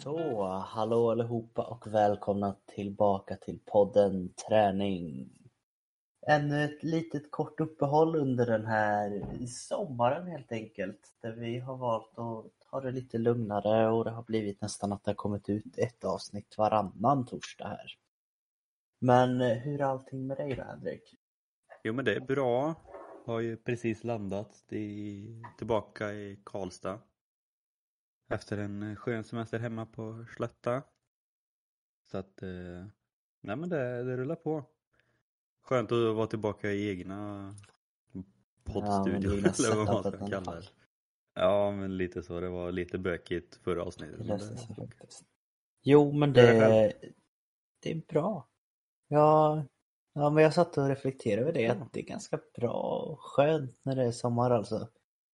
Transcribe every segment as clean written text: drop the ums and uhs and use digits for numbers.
Så, hallå allihopa och välkomna tillbaka till podden Träning. Ännu ett litet kort uppehåll under den här sommaren helt enkelt. Där vi har valt att ta det lite lugnare och det har blivit nästan att det har kommit ut ett avsnitt varannan torsdag här. Men hur är allting med dig då, Henrik? Jo, men det är bra. Har ju precis landat tillbaka i Karlstad. Efter en skön semester hemma på Slötta. Så att, nej men det rullar på. Skönt att vara tillbaka i egna poddstudio, Ja, egna eller vad man setupet ska i alla kalla fall. det. Ja, men lite så. Det var lite bökigt förra avsnittet. Det Men löser sig funkar. faktiskt. Jo, men Hur är det själv? det är bra. Ja, men jag satt och reflekterade över det, Ja. att det är ganska bra och skönt när det är sommar alltså.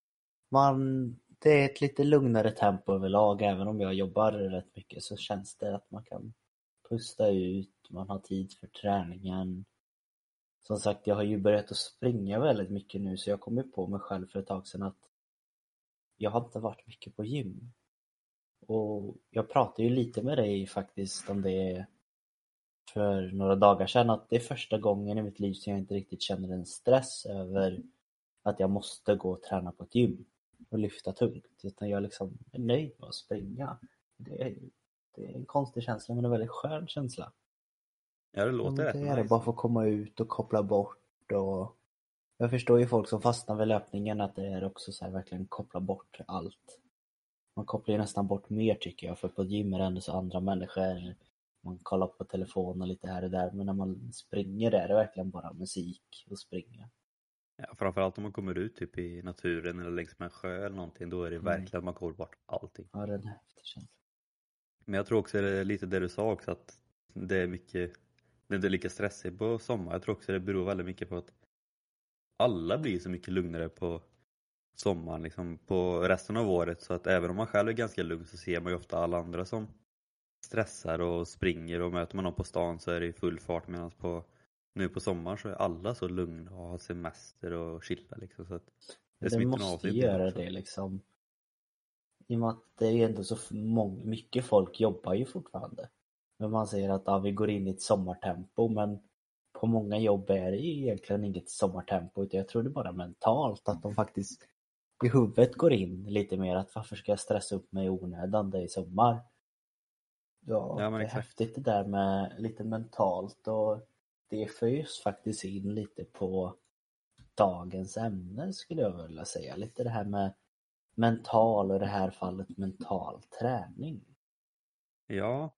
Det är ett lite lugnare tempo överlag, även om jag jobbar rätt mycket så känns det att man kan pusta ut, man har tid för träningen. Som sagt, jag har ju börjat att springa väldigt mycket nu, så jag kom ju på mig själv för ett tag sedan att jag har inte varit mycket på gym. Och jag pratade ju lite med dig faktiskt om det för några dagar sedan, att det är första gången i mitt liv som jag inte riktigt känner en stress över att jag måste gå och träna på ett gym och lyfta tungt, utan jag liksom är nöjd med att springa. Det är en konstig känsla, men en väldigt skön känsla. Ja, det låter rätt Det är det, nice. bara få komma ut och koppla bort. Och jag förstår ju folk som fastnar vid löpningen, att det är också så här verkligen koppla bort allt. Man kopplar ju nästan bort mer tycker jag, för på ett gym är det ändå så andra människor. Man kollar på telefonen lite här och där, men när man springer där är det verkligen bara musik och springa. Ja, framförallt om man kommer ut typ i naturen eller längs med en sjö eller någonting, då är det verkligen att man kommer bort allting. Ja, det är en häftig känsla. Men jag tror också det är lite det du sa också, att det är mycket, det är inte lika stressigt på sommar. Jag tror också det beror väldigt mycket på att alla blir så mycket lugnare på sommaren liksom, på resten av året, så att även om man själv är ganska lugn så ser man ju ofta alla andra som stressar och springer, och möter man någon på stan så är det i full fart, medan nu på sommaren så är alla så lugna och har semester och chillar liksom, så att det Det smittar av måste sig lite göra också. det liksom. I och med att det är ändå så mycket folk jobbar ju fortfarande. Men man säger att vi går in i ett sommartempo, men på många jobb är det ju egentligen inget sommartempo, utan jag tror det är bara mentalt, att de faktiskt i huvudet går in lite mer att varför ska jag stressa upp mig i onödan, det är sommar. Ja, Ja, men det är exakt. häftigt det där med lite mentalt, och det för just faktiskt in lite på dagens ämne skulle jag vilja säga. Lite det här med mental, och i det här fallet mental träning. Ja,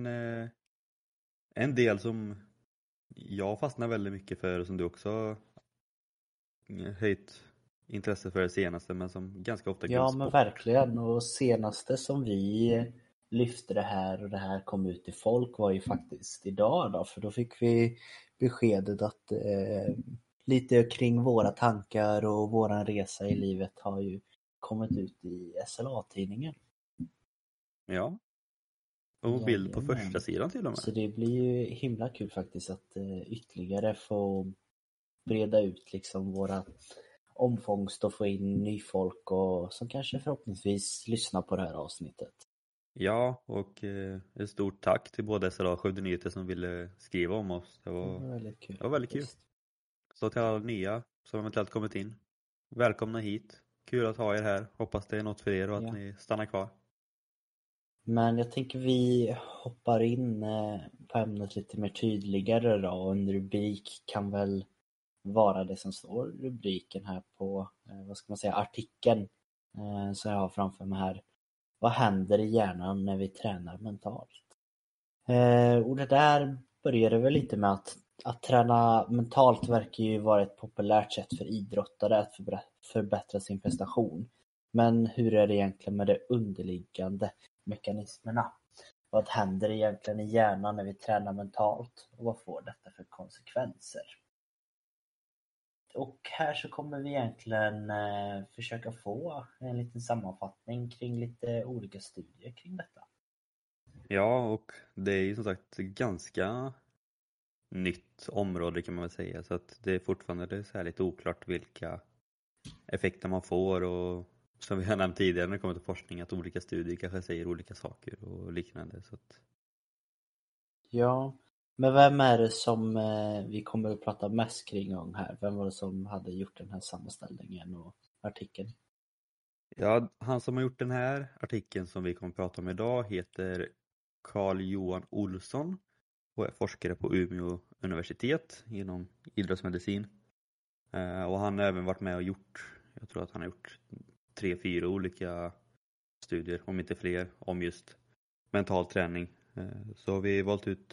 en del som jag fastnar väldigt mycket för och som du också har höjt intresse för det senaste, men som ganska ofta Ja, glöms men bort. verkligen. Och senaste som vi lyfte det här och det här kom ut till folk var ju faktiskt idag då, för då fick vi beskedet att lite kring våra tankar och våran resa i livet har ju kommit ut i SLA-tidningen. Ja, och bild på Jajamän. första sidan till och Så med. det blir ju himla kul faktiskt att ytterligare få breda ut liksom våra omfångst och få in ny folk och som kanske förhoppningsvis lyssnar på det här avsnittet. Ja, och ett stort tack till både SLA och Skövde Nyheter som ville skriva om oss. Det var väldigt kul. Det var väldigt kul. faktiskt. Så till alla nya som eventuellt kommit in, välkomna hit. Kul att ha er här. Hoppas det är något för er och att Ja. ni stannar kvar. Men jag tänker vi hoppar in på ämnet lite mer tydligare då. Och en rubrik kan väl vara det som står rubriken här på, vad ska man säga, artikeln som jag har framför mig här. Vad händer i hjärnan när vi tränar mentalt? Och det där började väl lite med att träna mentalt verkar ju vara ett populärt sätt för idrottare att förbättra sin prestation. Men hur är det egentligen med de underliggande mekanismerna? Vad händer egentligen i hjärnan när vi tränar mentalt? Och vad får detta för konsekvenser? Och här så kommer vi egentligen försöka få en liten sammanfattning kring lite olika studier kring detta. Ja, och det är ju som sagt ganska nytt område kan man väl säga. Så att det är fortfarande så här lite oklart vilka effekter man får och som vi har nämnt tidigare när det kommer till forskning, att olika studier kanske säger olika saker och liknande. Så att... Ja, men vem är det som vi kommer att prata mest kring här? Vem var det som hade gjort den här sammanställningen och artikeln? Ja, han som har gjort den här artikeln som vi kommer att prata om idag heter Carl-Johan Olsson och är forskare på Umeå universitet inom idrottsmedicin. Och han har även varit med och gjort, jag tror att han har gjort 3-4 olika studier, om inte fler, om just mental träning. Så har vi valt ut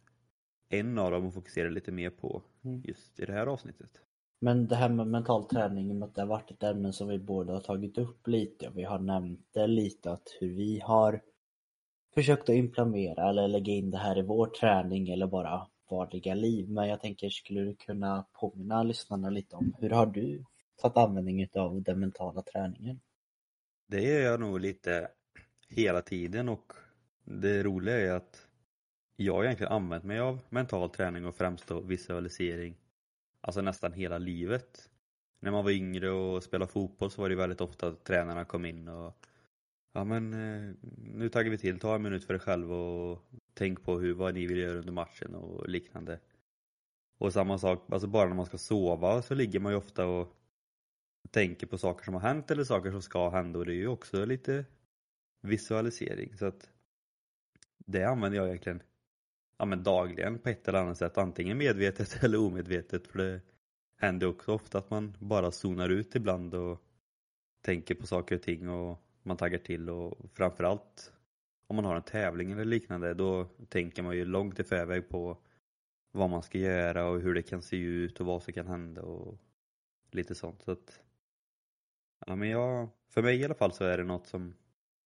en av dem och fokuserar lite mer på just i det här avsnittet. Men det här med mental träning, det har varit ett ämne som vi båda har tagit upp lite. Vi har nämnt det lite, att hur vi har försökt att implementera eller lägga in det här i vår träning eller bara vardagliga liv. Men jag tänker, skulle du kunna påminna lyssnarna lite om hur har du tagit användning av den mentala träningen? Det gör jag nog lite hela tiden, och det roliga är att jag har egentligen använt mig av mental träning och främst då visualisering alltså nästan hela livet. När man var yngre och spelade fotboll så var det väldigt ofta att tränarna kom in och ja men nu taggar vi till, ta en minut för dig själv och tänk på vad ni vill göra under matchen och liknande. Och samma sak, alltså bara när man ska sova så ligger man ju ofta och tänker på saker som har hänt eller saker som ska hända, och det är ju också lite visualisering. Så att det använder jag egentligen dagligen på ett eller annat sätt, antingen medvetet eller omedvetet, för det händer också ofta att man bara zonar ut ibland och tänker på saker och ting och man taggar till, och framförallt om man har en tävling eller liknande, då tänker man ju långt i förväg på vad man ska göra och hur det kan se ut och vad som kan hända och lite sånt. Så att, ja, men för mig i alla fall så är det något som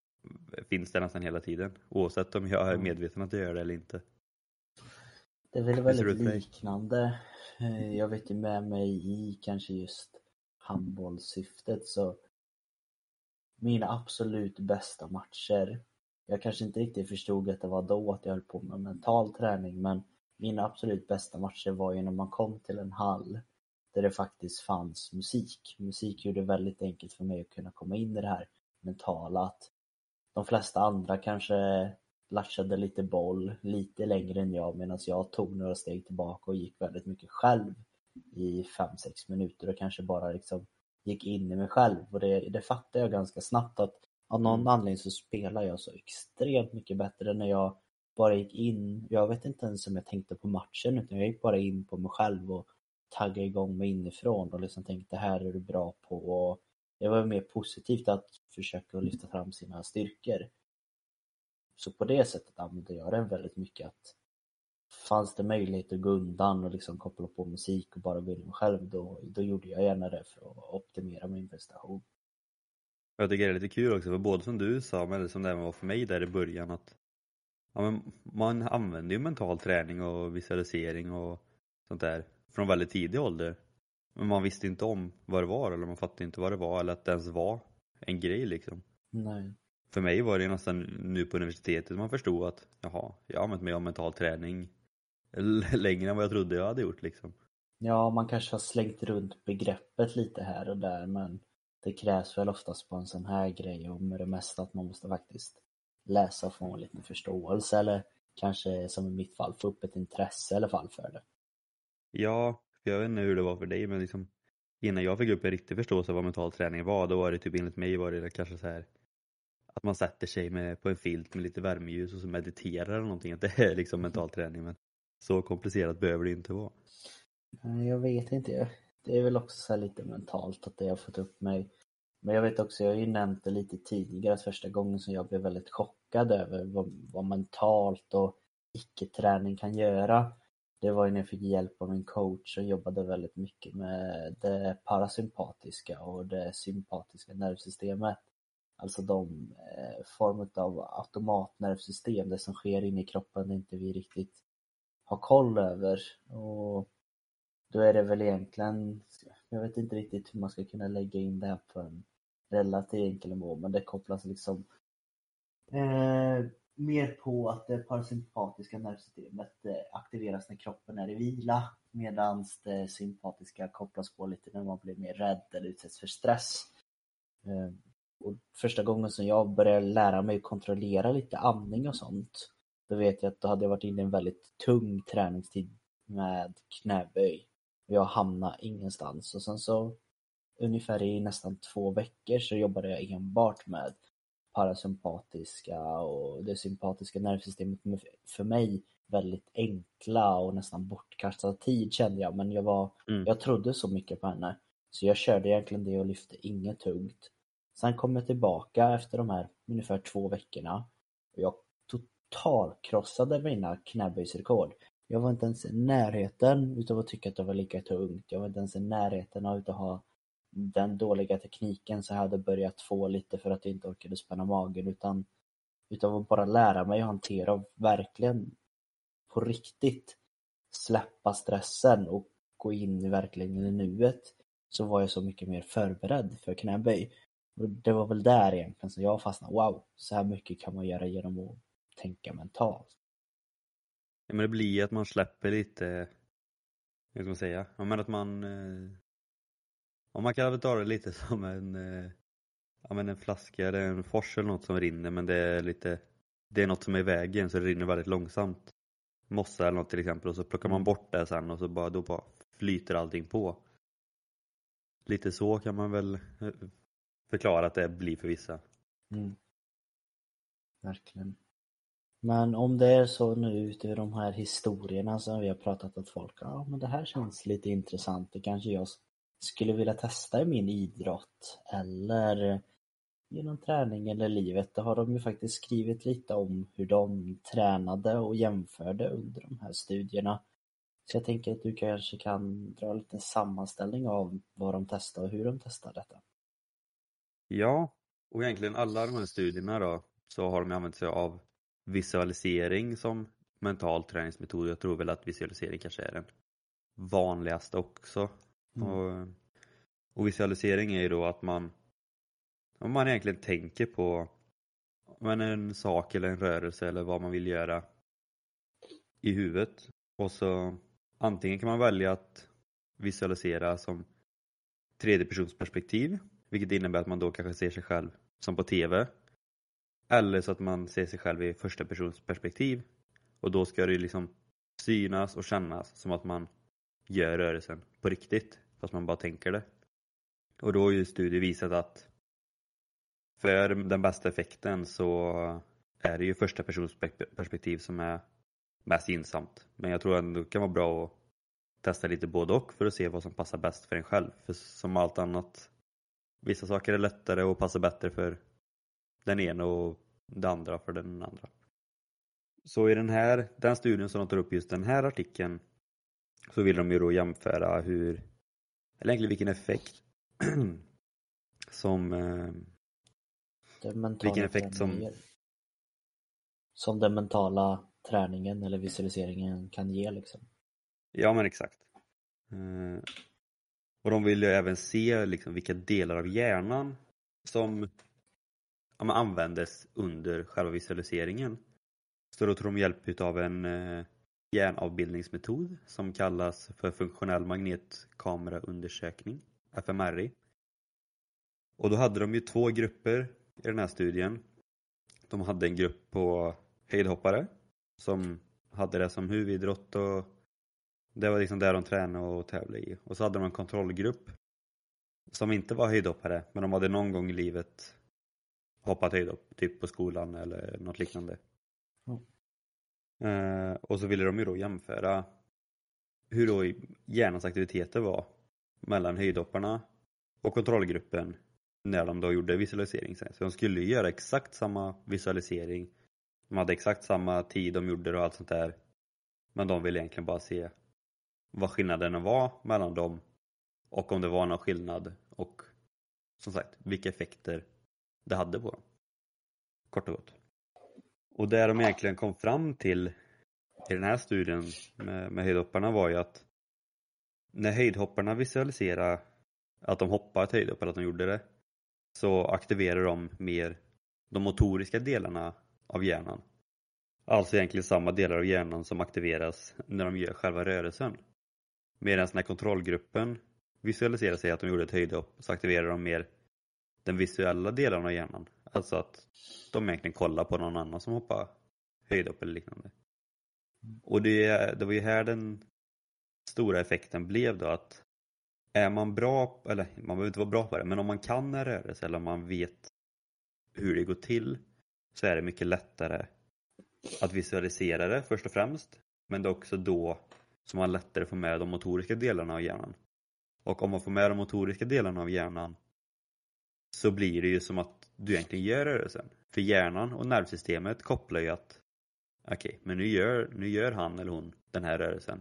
finns där nästan hela tiden, oavsett om jag är medveten att jag gör det eller inte. Det är väl väldigt liknande. Jag vet ju med mig i kanske just handbollssyftet, så mina absolut bästa matcher, jag kanske inte riktigt förstod att det var då att jag höll på med mental träning, men mina absolut bästa matcher var ju när man kom till en hall där det faktiskt fanns musik. Musik gjorde det väldigt enkelt för mig att kunna komma in i det här mentala, att de flesta andra kanske latchade lite boll lite längre än jag, medan jag tog några steg tillbaka och gick väldigt mycket själv i 5-6 minuter och kanske bara liksom gick in i mig själv. Och det fattade jag ganska snabbt, att av någon anledning så spelar jag så extremt mycket bättre när jag bara gick in. Jag vet inte ens om jag tänkte på matchen, utan jag gick bara in på mig själv och taggade igång mig inifrån och liksom tänkte, det här är du bra på. Och det var mer positivt att försöka lyfta fram sina styrkor. Så på det sättet använde jag det väldigt mycket, att fanns det möjlighet att gå undan och liksom koppla på musik och bara gå in själv, då gjorde jag gärna det för att optimera min prestation. Jag tycker det är lite kul också, för både som du sa, men som det var för mig där i början, att man använder ju mental träning och visualisering och sånt där från väldigt tidig ålder. Men man visste inte om vad det var, eller man fattade inte vad det var, eller att det ens var en grej liksom. Nej. För mig var det nästan nu på universitetet man förstod att jag har använt mig av mental träning längre än vad jag trodde jag hade gjort liksom. Ja, man kanske har slängt runt begreppet lite här och där, men det krävs väl oftast på en sån här grej, och med det mesta att man måste faktiskt läsa och få en liten förståelse, eller kanske som i mitt fall få upp ett intresse i alla fall för det. Ja, jag vet inte hur det var för dig, men liksom innan jag fick upp en riktig förståelse av vad mental träning var, då var det typ enligt mig var det kanske så här att man sätter sig på en filt med lite värmeljus och så mediterar eller någonting, att det är liksom mental träning, men så komplicerat behöver det inte vara. Jag vet inte, det är väl också så här lite mentalt att det har fått upp mig. Men jag vet också, jag har ju nämnt det lite tidigare, att första gången som jag blev väldigt chockad över vad mentalt och icke-träning kan göra, det var ju när jag fick hjälp av min coach som jobbade väldigt mycket med det parasympatiska och det sympatiska nervsystemet. Alltså de form av automatnervsystem, det som sker inne i kroppen, inte vi riktigt har koll över. Och då är det väl egentligen, jag vet inte riktigt hur man ska kunna lägga in det här på en relativt enkel nivå, men det kopplas liksom mer på att det parasympatiska nervsystemet aktiveras när kroppen är i vila, medan det sympatiska kopplas på lite när man blir mer rädd eller utsätts för stress. Och första gången som jag började lära mig kontrollera lite andning och sånt, då vet jag att då hade jag varit inne i en väldigt tung träningstid med knäböj. Och jag hamnade ingenstans. Och sen så ungefär i nästan 2 veckor så jobbade jag enbart med parasympatiska och det sympatiska nervsystemet med för mig väldigt enkla och nästan bortkastad tid kände jag. Men jag trodde så mycket på henne. Så jag körde egentligen det och lyfte inget tungt. Sen kom jag tillbaka efter de här ungefär 2 veckorna. Och jag totalkrossade mina knäböjsrekord. Jag var inte ens i närheten utav att tycka att det var lika tungt. Jag var inte ens i närheten av att ha den dåliga tekniken så jag hade börjat få lite för att jag inte orkade spänna magen utan att bara lära mig att hantera och verkligen på riktigt släppa stressen och gå in i verkligen i nuet, så var jag så mycket mer förberedd för knäböj. Och det var väl där egentligen så jag fastnade. Wow, så här mycket kan man göra genom att tänka mentalt. Ja, men det blir att man släpper lite, hur ska man säga? Ja, men att man om man kan väl ta det lite som en flaska eller en fors eller något som rinner, men det är något som är i vägen så det rinner väldigt långsamt. Mossa eller något till exempel, och så plockar man bort det sen och så bara flyter allting på. Lite så kan man väl förklara att det blir för vissa. Verkligen. Men om det är så nu ute i de här historierna som vi har pratat att folk, ja men det här känns lite intressant, det kanske jag skulle vilja testa i min idrott eller genom träning eller livet. Då har de ju faktiskt skrivit lite om hur de tränade och jämförde under de här studierna. Så jag tänker att du kanske kan dra en liten sammanställning av vad de testade och hur de testade detta. Ja, och egentligen alla de här studierna då, så har de använt sig av visualisering som mental träningsmetod. Jag tror väl att visualisering kanske är den vanligaste också. Och visualisering är ju då att om man egentligen tänker på en sak eller en rörelse eller vad man vill göra i huvudet. Och så antingen kan man välja att visualisera som tredjepersonsperspektiv, vilket innebär att man då kanske ser sig själv som på tv. Eller så att man ser sig själv i första persons perspektiv. Och då ska det liksom synas och kännas som att man gör rörelsen på riktigt. Fast man bara tänker det. Och då har ju studier visat att för den bästa effekten så är det ju första persons perspektiv som är mest gynnsamt. Men jag tror ändå det kan vara bra att testa lite både och för att se vad som passar bäst för en själv. För som allt annat, vissa saker är lättare och passar bättre för den ena och det andra för den andra. Så i den studien som de tar upp just den här artikeln, så vill de ju då jämföra eller egentligen vilken effekt som som den mentala träningen eller visualiseringen kan ge liksom. Ja men exakt. Och de vill ju även se liksom vilka delar av hjärnan som användes under själva visualiseringen. Så då tog de hjälp av en hjärnavbildningsmetod som kallas för funktionell magnetkameraundersökning, fMRI. Och då hade de ju 2 grupper i den här studien. De hade en grupp på höjdhoppare som hade det som huvudidrott och det var liksom där de tränade och tävlade i. Och så hade de en kontrollgrupp som inte var höjdhoppare, men de hade någon gång i livet hoppat höjdhopp, typ på skolan eller något liknande. Och så ville de ju då jämföra hur då hjärnans aktiviteter var mellan höjdhopparna och kontrollgruppen när de då gjorde visualisering. Så de skulle ju göra exakt samma visualisering. De hade exakt samma tid de gjorde och allt sånt där. Men de ville egentligen bara se vad skillnaderna var mellan dem och om det var någon skillnad och som sagt vilka effekter det hade på dem. Kort och gott. Och det de egentligen kom fram till i den här studien med höjdhopparna var ju att när höjdhopparna visualiserade att de hoppade ett höjdhopp eller att de gjorde det, så aktiverar de mer de motoriska delarna av hjärnan. Alltså egentligen samma delar av hjärnan som aktiveras när de gör själva rörelsen. Medan när kontrollgruppen visualiserar sig att de gjorde ett höjdhopp så aktiverar de mer den visuella delen av hjärnan. Alltså att de egentligen kollar på någon annan som hoppar höjdhopp eller liknande. Och det var ju här den stora effekten blev då, att är man bra, eller man behöver inte vara bra på det, men om man kan en rörelse eller om man vet hur det går till, så är det mycket lättare att visualisera det först och främst. Men det är också då som man lättare får med de motoriska delarna av hjärnan. Och om man får med de motoriska delarna av hjärnan, så blir det ju som att du egentligen gör rörelsen. För hjärnan och nervsystemet kopplar ju att okej, men nu gör han eller hon den här rörelsen.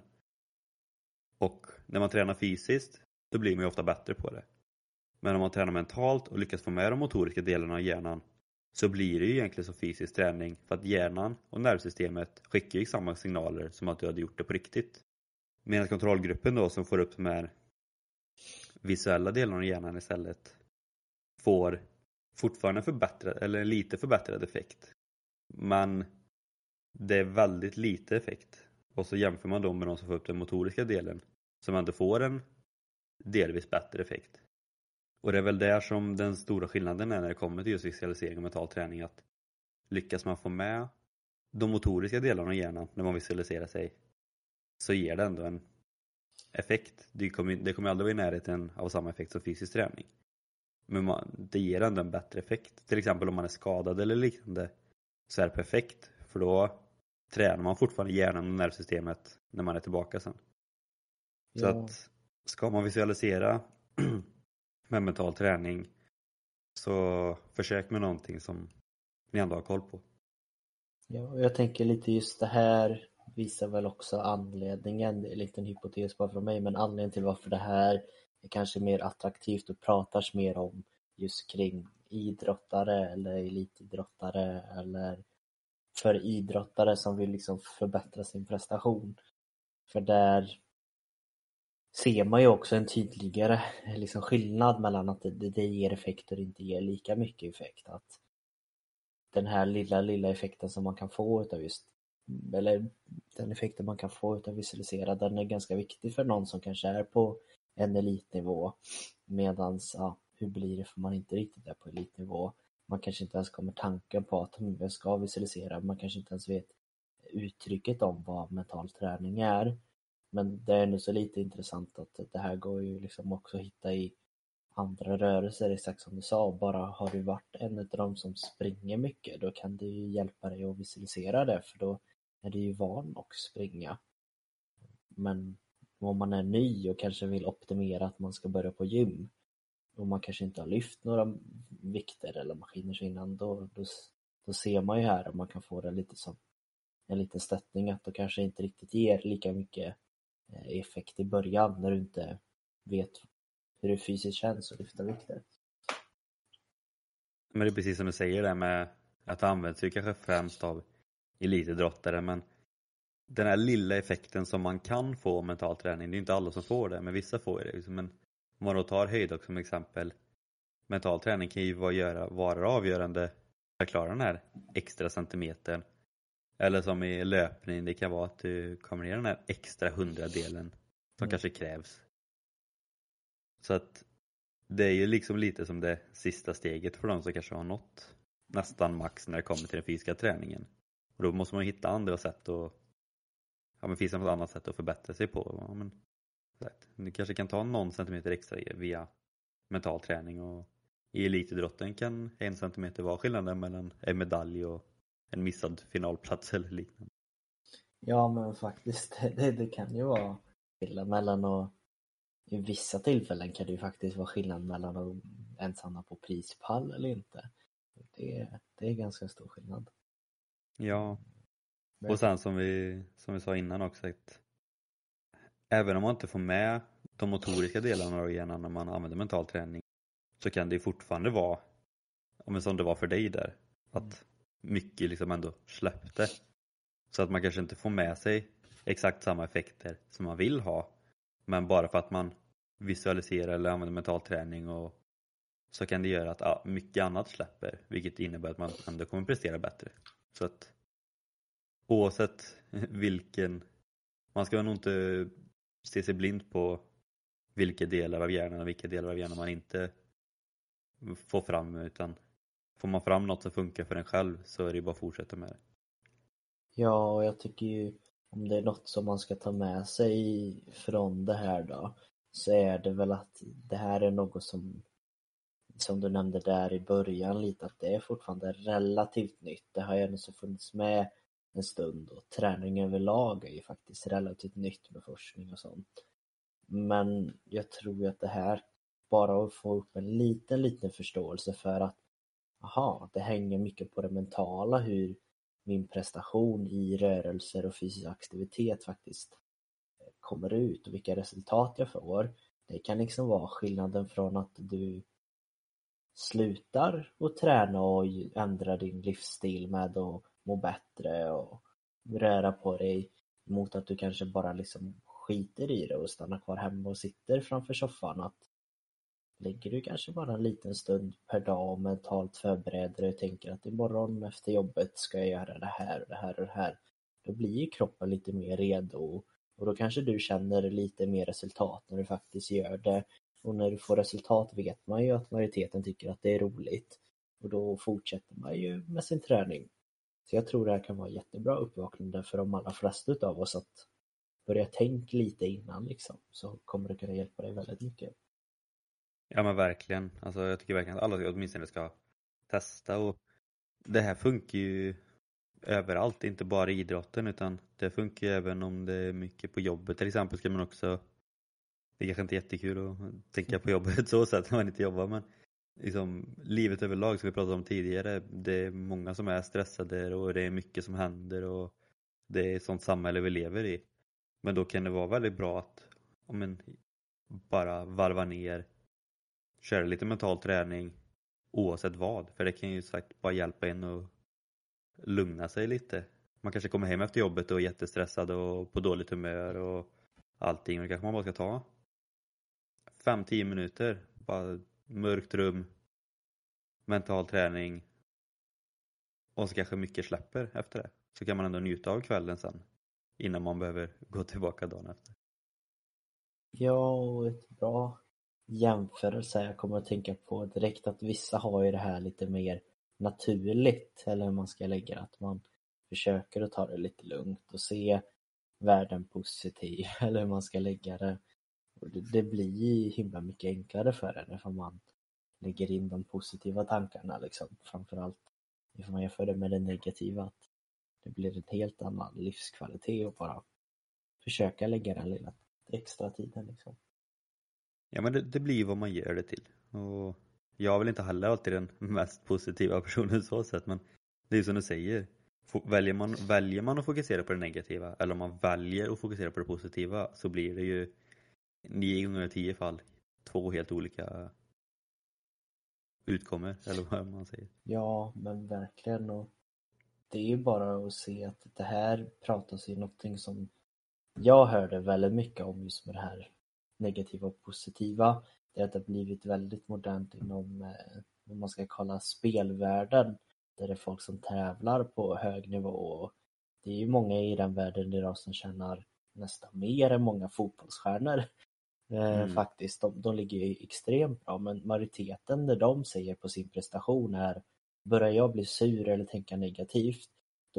Och när man tränar fysiskt, då blir man ju ofta bättre på det. Men om man tränar mentalt och lyckas få med de motoriska delarna av hjärnan, så blir det ju egentligen som fysisk träning, för att hjärnan och nervsystemet skickar ju samma signaler som att du hade gjort det på riktigt. Medan kontrollgruppen då, som får upp de här visuella delarna av hjärnan istället, får fortfarande förbättrad eller lite förbättrad effekt. Men det är väldigt lite effekt. Och så jämför man då med de som får upp den motoriska delen, som ändå får en delvis bättre effekt. Och det är väl där som den stora skillnaden är när det kommer till just visualisering och mental träning, att lyckas man få med de motoriska delarna av hjärnan när man visualiserar sig, så ger det ändå en effekt. Det kommer aldrig vara i närheten av samma effekt som fysisk träning. Men det ger ändå en bättre effekt. Till exempel om man är skadad eller liknande, så är det perfekt. För då tränar man fortfarande hjärnan och nervsystemet när man är tillbaka sen. Ja. Så att ska man visualisera med mental träning, så försök med någonting som ni ändå har koll på. Ja, jag tänker lite just det här visar väl också anledningen, det är en liten hypotes bara från mig, men anledningen till varför det här är kanske mer attraktivt och pratas mer om just kring idrottare eller elitidrottare, eller för idrottare som vill liksom förbättra sin prestation. För där ser man ju också en tydligare liksom skillnad mellan att det ger effekt och inte ger lika mycket effekt. Att den här lilla effekten som man kan få utav just, eller den effekten man kan få utav visualisera, den är ganska viktig för någon som kanske är på en elitnivå, medans hur blir det för man inte riktigt är på elitnivå. Man kanske inte ens kommer tanken på att jag ska visualisera, man kanske inte ens vet uttrycket om vad mental träning är. Men det är ändå så lite intressant att det här går ju liksom också att hitta i andra rörelser, exakt som du sa. Bara har du varit en av dem som springer mycket, då kan det ju hjälpa dig att visualisera det, för då är du ju van att springa. Men om man är ny och kanske vill optimera att man ska börja på gym, och man kanske inte har lyft några vikter eller maskiner innan, då ser man ju här att man kan få det lite som en liten stöttning, att då kanske inte riktigt ger lika mycket effekt i början när du inte vet hur det fysiskt känns att lyfta vikter. Men det är precis som du säger där med att det används ju kanske främst av elitidrottare, men den här lilla effekten som man kan få mental träning, det är inte alla som får det, men vissa får det. Men om man då tar höjdhopp som exempel, mental träning kan ju vara avgörande för att klara den här extra centimetern. Eller som i löpning, det kan vara att du kommer ner den här extra 100-delen som kanske krävs. Så att det är ju liksom lite som det sista steget för de som kanske har nått nästan max när det kommer till den fysiska träningen. Och då måste man hitta andra sätt men finns det något annat sätt att förbättra sig på. Ja, men, du kanske kan ta någon centimeter extra via mental träning, och i elitidrotten kan 1 centimeter vara skillnaden mellan en medalj och en missad finalplats eller liknande. Ja, men faktiskt, det kan ju vara skillnad mellan, och i vissa tillfällen kan det ju faktiskt vara skillnad mellan att ens hamna på prispall eller inte. Det är ganska stor skillnad. Ja, och sen som vi sa innan också, att även om man inte får med de motoriska delarna av hjärnan när man använder mental träning, så kan det ju fortfarande vara, som det var för dig där, att mycket liksom ändå släppte. Så att man kanske inte får med sig exakt samma effekter som man vill ha, men bara för att man visualiserar eller använder mental träning, och så kan det göra att mycket annat släpper, vilket innebär att man ändå kommer prestera bättre. Så att oavsett man ska nog inte se sig blind på vilka delar av hjärnan och vilka delar av hjärnan man inte få fram, utan får man fram något som funkar för en själv så är det bara att fortsätta med det. Ja, och jag tycker ju om det är något som man ska ta med sig från det här då, så är det väl att det här är något som du nämnde där i början lite, att det är fortfarande relativt nytt. Det har ju ändå så funnits med en stund och träning överlag är ju faktiskt relativt nytt med forskning och sånt. Men jag tror ju att det här, bara att få upp en liten förståelse för att aha, det hänger mycket på det mentala hur min prestation i rörelser och fysisk aktivitet faktiskt kommer ut och vilka resultat jag får. Det kan liksom vara skillnaden från att du slutar att träna och ändra din livsstil med att må bättre och röra på dig mot att du kanske bara liksom skiter i det och stannar kvar hemma och sitter framför soffan. Att lägger du kanske bara en liten stund per dag och mentalt förbereder dig och tänker att imorgon efter jobbet ska jag göra det här och det här och det här. Då blir ju kroppen lite mer redo och då kanske du känner lite mer resultat när du faktiskt gör det. Och när du får resultat vet man ju att majoriteten tycker att det är roligt. Och då fortsätter man ju med sin träning. Så jag tror det här kan vara jättebra uppvaknande för de allra flesta av oss att börja tänka lite innan liksom. Så kommer det kunna hjälpa dig väldigt mycket. Ja men verkligen, alltså jag tycker verkligen att alla åtminstone ska testa, och det här funkar ju överallt, inte bara i idrotten, utan det funkar ju även om det är mycket på jobbet. Till exempel ska man också, det är kanske inte jättekul att tänka på jobbet så sätt när man inte jobbar, men liksom livet överlag som vi pratade om tidigare, det är många som är stressade och det är mycket som händer och det är ett sånt samhälle vi lever i. Men då kan det vara väldigt bra att om en bara varva ner, köra lite mental träning oavsett vad, för det kan ju sagt bara hjälpa en att lugna sig lite. Man kanske kommer hem efter jobbet och är jättestressad och på dåligt humör och allting, och då kanske man bara ska ta 5-10 minuter, bara mörkt rum, mental träning, och så kanske mycket släpper efter det. Så kan man ändå njuta av kvällen sen innan man behöver gå tillbaka dagen efter. Ja, och ett bra jämförelse jag kommer att tänka på direkt att vissa har ju det här lite mer naturligt, eller hur man ska lägga det, att man försöker att ta det lite lugnt och se världen positiv eller hur man ska lägga det. Och det blir ju himla mycket enklare för en ifall man lägger in de positiva tankarna liksom, framförallt ifall man jämför det med det negativa, att det blir en helt annan livskvalitet och bara försöka lägga den lilla extra tiden liksom. Ja men det blir ju vad man gör det till. Och jag är väl inte heller alltid den mest positiva personen så sätt, men det är som du säger. Väljer man att fokusera på det negativa, eller om man väljer att fokusera på det positiva, så blir det ju 9 gånger 10 fall 2 helt olika utkommer, eller vad man säger. Ja, men verkligen. Och det är ju bara att se att det här pratas ju någonting som jag hörde väldigt mycket om just med det här negativa och positiva. Det är att det har blivit väldigt modernt inom vad man ska kalla spelvärlden. Där det är folk som tävlar på hög nivå. Och det är ju många i den världen idag som tjänar nästan mer än många fotbollsstjärnor. Faktiskt, de ligger ju extremt bra, men majoriteten när de säger på sin prestation är börjar jag bli sur eller tänka negativt,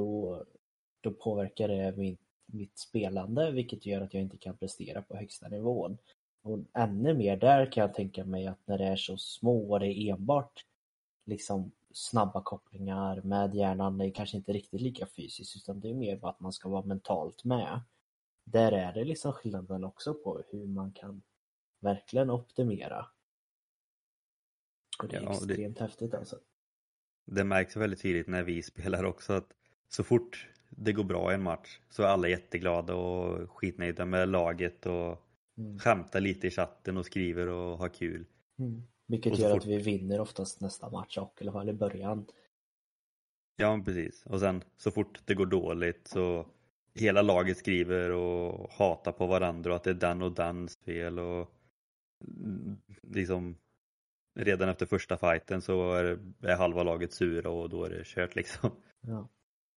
då påverkar det mitt spelande, vilket gör att jag inte kan prestera på högsta nivån. Och ännu mer där kan jag tänka mig att när det är så små och det är enbart liksom snabba kopplingar med hjärnan, det är kanske inte riktigt lika fysiskt utan det är mer bara att man ska vara mentalt med. Där är det liksom skillnaden också på hur man kan verkligen optimera. Och det är Ja, extremt häftigt alltså. det märks väldigt tydligt när vi spelar också, att så fort det går bra i en match så är alla jätteglada och skitnöjda med laget och skämtar lite i chatten och skriver och har kul. Vilket Och så gör fort... att vi vinner oftast nästa match och i alla fall i början. Ja, precis. Och sen så fort det går dåligt så hela laget skriver och hatar på varandra och att det är den och den fel, och liksom redan efter första fighten så är halva laget sura och då är det kört liksom. Ja.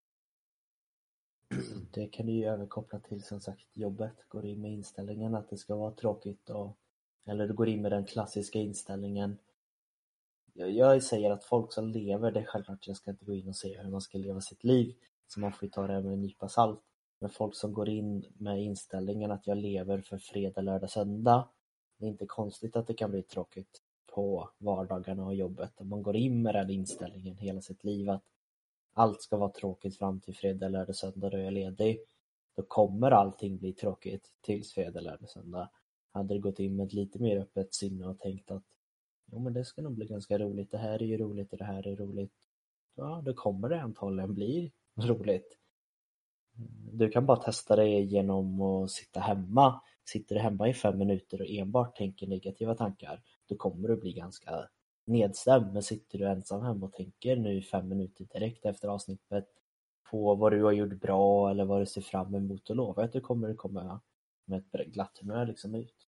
Det kan du ju överkoppla till som sagt jobbet. Går in med inställningen att det ska vara tråkigt eller du går in med den klassiska inställningen Jag säger att folk som lever, det är självklart, jag ska inte gå in och säga hur man ska leva sitt liv, så man får ju ta det här med en nypa salt. Men folk som går in med inställningen att jag lever för fredag, lördag, söndag, det är inte konstigt att det kan bli tråkigt på vardagarna och jobbet. Om man går in med den inställningen hela sitt liv att allt ska vara tråkigt fram till fredag, lördag, söndag då jag är ledig, då kommer allting bli tråkigt tills fredag, lördag, söndag. Hade det gått in med ett lite mer öppet sinne och tänkt att jo, men det ska nog bli ganska roligt, det här är ju roligt och det här är roligt, ja, då kommer det antagligen bli roligt. Du kan bara testa det genom att sitta hemma. Sitter du hemma i 5 minuter och enbart tänker negativa tankar, då kommer du bli ganska nedstämd. Men sitter du ensam hemma och tänker nu i 5 minuter direkt efter avsnittet på vad du har gjort bra eller vad du ser fram emot, och lovar att du kommer komma med ett glatt humör liksom ut.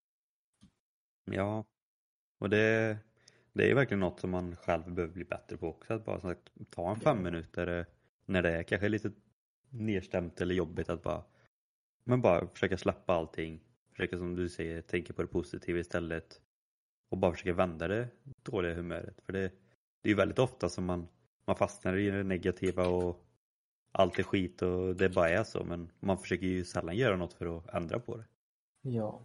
Ja, och det är ju verkligen något som man själv behöver bli bättre på också. Att bara så att ta en 5 minuter när det är kanske lite nedstämt eller jobbigt, att bara försöka släppa allting. Försöka, som du säger, tänka på det positiva istället. Och bara försöka vända det dåliga humöret. För det är ju väldigt ofta som man fastnar i det negativa och allt är skit och det bara är så. Men man försöker ju sällan göra något för att ändra på det. Ja.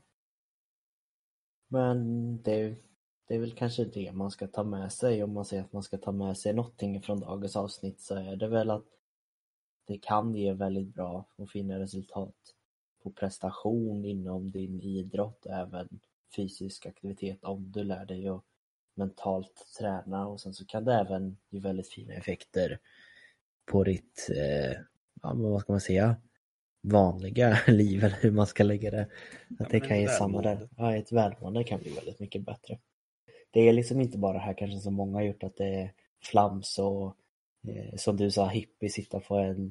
Men det är väl kanske det man ska ta med sig. Om man säger att man ska ta med sig någonting från dagens avsnitt, så är det väl att det kan ge väldigt bra och fina resultat på prestation inom din idrott och även fysisk aktivitet om du lär dig att mentalt träna, och sen så kan det även ge väldigt fina effekter på ditt, ja, men vad ska man säga, vanliga liv, eller hur man ska lägga det. Att det kan ge samma där. Ja, ett välmående kan bli väldigt mycket bättre. Det är liksom inte bara här kanske som många har gjort, att det är flams och som du sa, hippie, sitta på en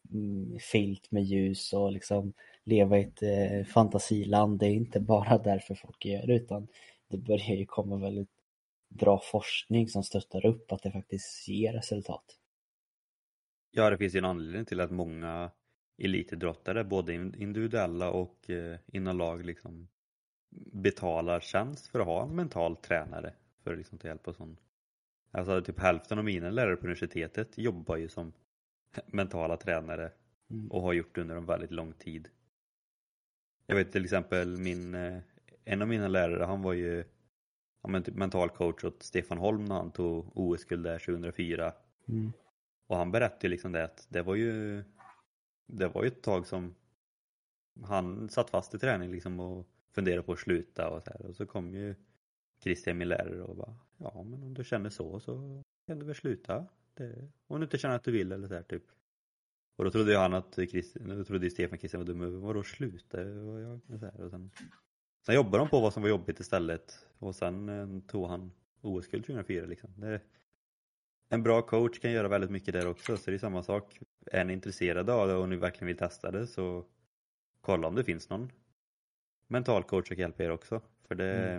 filt med ljus och liksom leva i ett fantasiland. Det är inte bara därför folk gör det, utan det börjar ju komma väldigt bra forskning som stöttar upp att det faktiskt ger resultat. Ja, det finns ju en anledning till att många elitidrottare, både individuella och inom lag, liksom betalar tjänst för att ha en mental tränare för liksom till hjälp och sånt. Alltså typ hälften av mina lärare på universitetet jobbar ju som mentala tränare och har gjort det under en väldigt lång tid. Jag vet till exempel en av mina lärare, han var ju typ mental coach åt Stefan Holm när han tog OS-guld där 2004. Och han berättade ju liksom det att det var ju ett tag som han satt fast i träning liksom och funderade på att sluta och så här. Och så kom ju Christian, min lärare, och bara, ja, men om du känner så kan du väl sluta. Om du inte känner att du vill eller så här typ. Och då trodde han att Stefan Christian var dum. Vadå sluta? Och så här. Och sen jobbade de på vad som var jobbigt istället. Och sen tog han OS-guld 2004 liksom. En bra coach kan göra väldigt mycket där också. Så det är samma sak. Är ni intresserade av det och ni verkligen vill testa det, så kolla om det finns någon mental coach som kan hjälpa er också. För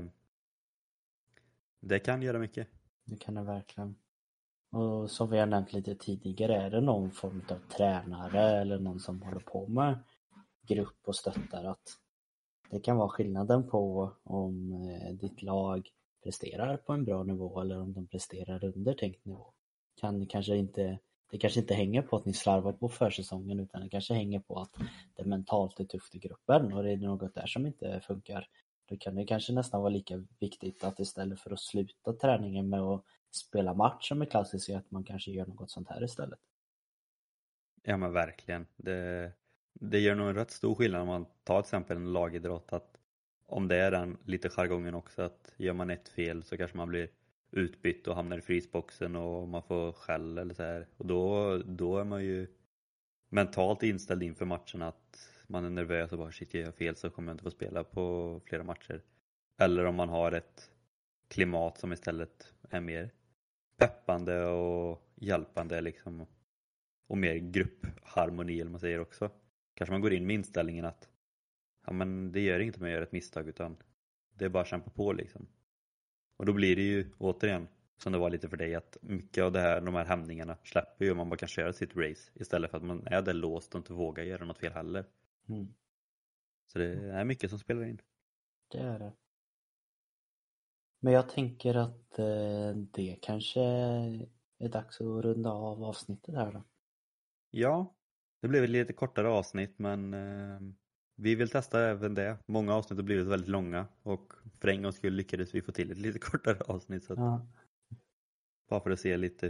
det kan göra mycket. Det kan det verkligen. Och som vi har nämnt lite tidigare, är det någon form av tränare eller någon som håller på med grupp och stöttar, att det kan vara skillnaden på om ditt lag presterar på en bra nivå eller om de presterar under tänkt nivå. Det kanske inte hänger på att ni slarvar på försäsongen, utan det kanske hänger på att det mentalt är tufft i gruppen och det är något där som inte funkar. Då kan det kanske nästan vara lika viktigt att istället för att sluta träningen med att spela match som är klassiskt, att man kanske gör något sånt här istället. Ja, men verkligen. Det gör nog en rätt stor skillnad om man tar till exempel en lagidrott, att om det är den lite jargongen också, att gör man ett fel så kanske man blir utbytt och hamnar i frysboxen och man får skäll eller så här. Och då är man ju mentalt inställd inför matchen, att man är nervös och bara shit, gör jag fel så kommer jag inte få spela på flera matcher. Eller om man har ett klimat som istället är mer peppande och hjälpande liksom, och mer gruppharmoni eller man säger också. Kanske man går in med inställningen att ja, men det gör inget om jag gör ett misstag, utan det är bara att kämpa på liksom. Och då blir det ju återigen som det var lite för dig, att mycket av de här hämningarna släpper ju om man bara kan köra sitt race istället för att man är där låst och inte vågar göra något fel heller. Så det är mycket som spelar in. Det är det. Men jag tänker att det kanske är dags att runda av avsnittet här då. Ja, det blev ett lite kortare avsnitt men vi vill testa även det. Många avsnitt har blivit väldigt långa och för en gångs skull lyckades vi få till ett lite kortare avsnitt. Så att, Ja. bara för att se lite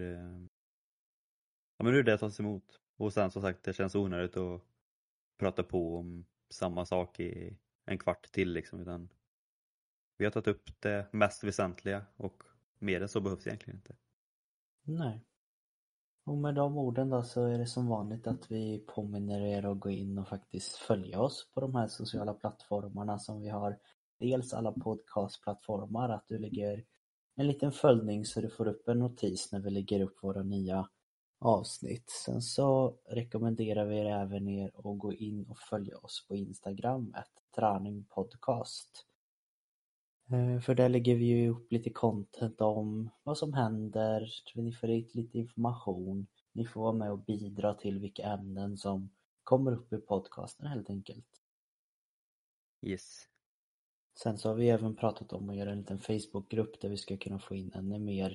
hur det tas emot. Och sen som sagt, det känns onödigt att prata på om samma sak i en kvart till liksom. Utan vi har tagit upp det mest väsentliga och mer än så behövs egentligen inte. Nej. Och med de orden då så är det som vanligt att vi påminner er att gå in och faktiskt följa oss på de här sociala plattformarna som vi har. Dels alla podcastplattformar, att du lägger en liten följning så du får upp en notis när vi lägger upp våra nya avsnitt. Sen så rekommenderar vi även er att gå in och följa oss på Instagram, @träningpodcast. För där lägger vi ju upp lite content om vad som händer, ni får ut lite information, ni får vara med och bidra till vilka ämnen som kommer upp i podcasten helt enkelt. Yes. Sen så har vi även pratat om att göra en liten Facebookgrupp där vi ska kunna få in ännu mer,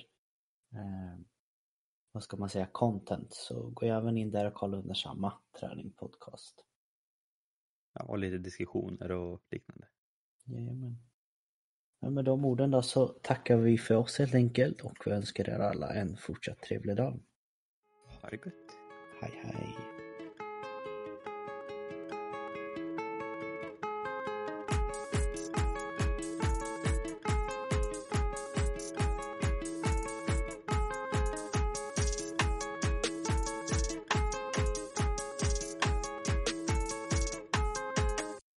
vad ska man säga, content. Så gå även in där och kolla under samma träningpodcast. Ja, och lite diskussioner och liknande. Jajamän. Men med de orden då så tackar vi för oss helt enkelt och vi önskar er alla en fortsatt trevlig dag. Ha det gott. Hej hej.